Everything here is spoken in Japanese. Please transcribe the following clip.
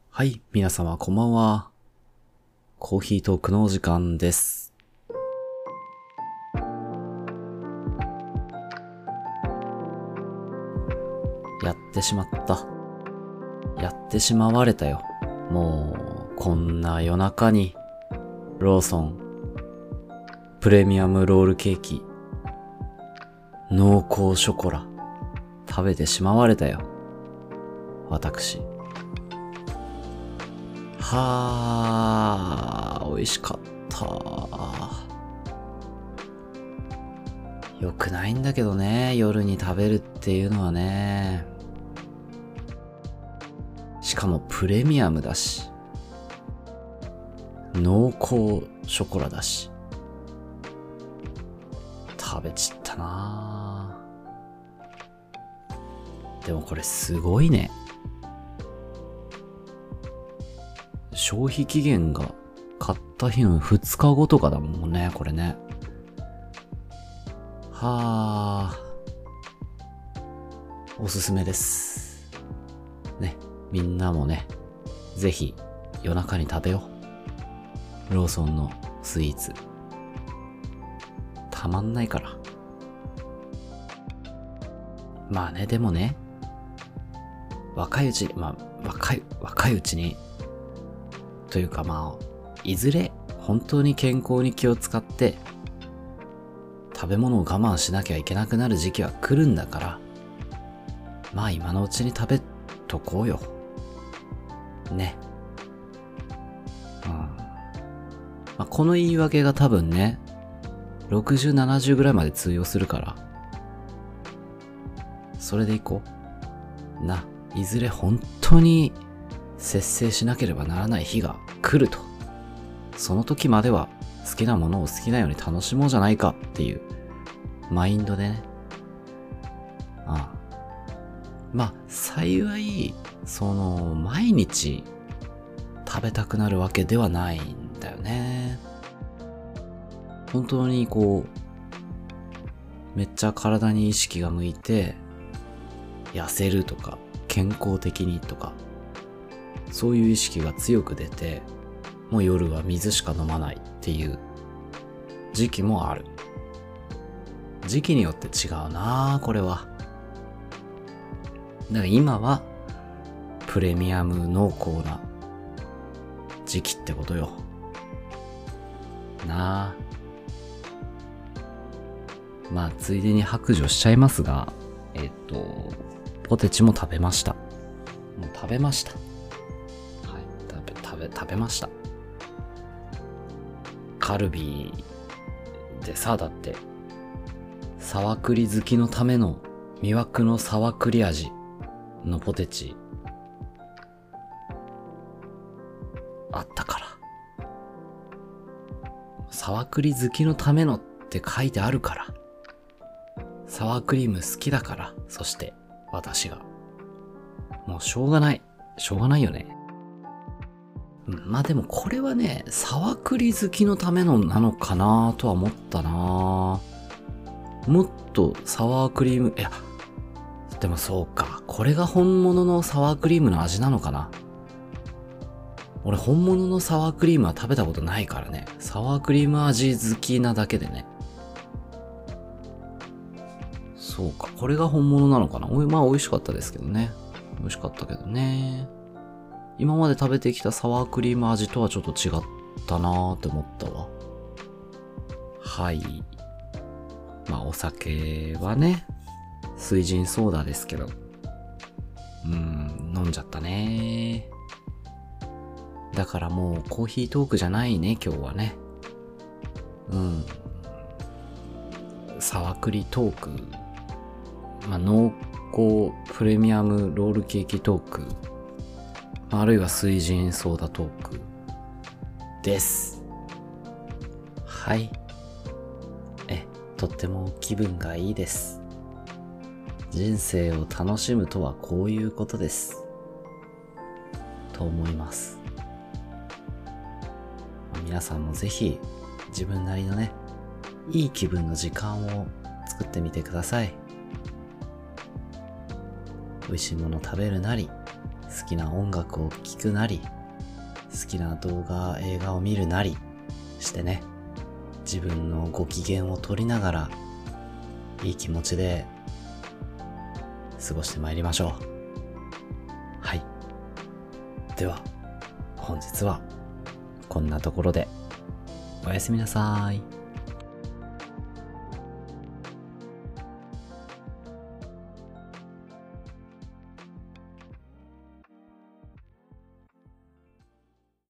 はい、皆様こんばんは。コーヒートークのお時間です。やってしまった。やってしまわれたよ。もう、こんな夜中に、ローソン、プレミアムロールケーキ、濃厚ショコラ、食べてしまわれたよ。私。はー、美味しかった。よくないんだけどね、夜に食べるっていうのはね。しかもプレミアムだし、濃厚ショコラだし、食べちったなぁ。でもこれすごいね。消費期限が買った日の2日後とかだもんね、これね。はぁ。おすすめです。ね、みんなもね、ぜひ夜中に食べよう。ローソンのスイーツ。たまんないから。まあね、でもね、若いうちに、というかまあ、いずれ本当に健康に気を使って、食べ物を我慢しなきゃいけなくなる時期は来るんだから、まあ今のうちに食べとこうよ。ね。まあ、この言い訳が多分ね、60、70ぐらいまで通用するから、それでいこう。いずれ本当に節制しなければならない日が来ると。その時までは好きなものを好きなように楽しもうじゃないかっていうマインドでね。まあ、幸い、毎日食べたくなるわけではないんだよね。本当にめっちゃ体に意識が向いて、痩せるとか、健康的にとか、そういう意識が強く出て、もう夜は水しか飲まないっていう時期もある。時期によって違うなぁ、これは。だから今は、プレミアム濃厚な時期ってことよ。なぁ。まあ、ついでに白状しちゃいますが、ポテチも食べました。もう食べました。はい、食べました。カルビーでさ、だって、サワクリ好きのための魅惑のサワクリ味のポテチ、あったから。サワクリ好きのためのって書いてあるから。サワークリーム好きだから、そして、私が。もうしょうがない。しょうがないよね。まあでもこれはね、サワクリ好きのためのなのかなとは思ったな。もっとサワークリーム、いや、でもそうか。これが本物のサワークリームの味なのかな。俺本物のサワークリームは食べたことないからね。サワークリーム味好きなだけでね。そうか、これが本物なのかな。まあ美味しかったですけどね。美味しかったけどね。今まで食べてきたサワークリーム味とはちょっと違ったなーって思ったわ。はい。まあお酒はね、水ジンソーダですけど。飲んじゃったね。だからもうコーヒートークじゃないね、今日はね。サワクリトーク。まあ、濃厚プレミアムロールケーキトーク、あるいは水ジンソーダトークです。はい。とっても気分がいいです。人生を楽しむとはこういうことです。と思います。皆さんもぜひ自分なりのね、いい気分の時間を作ってみてください。美味しいもの食べるなり、 好きな音楽を聴くなり、好きな動画、映画を見るなりしてね、自分のご機嫌を取りながら、いい気持ちで過ごしてまいりましょう。はい。では、本日はこんなところでおやすみなさーい。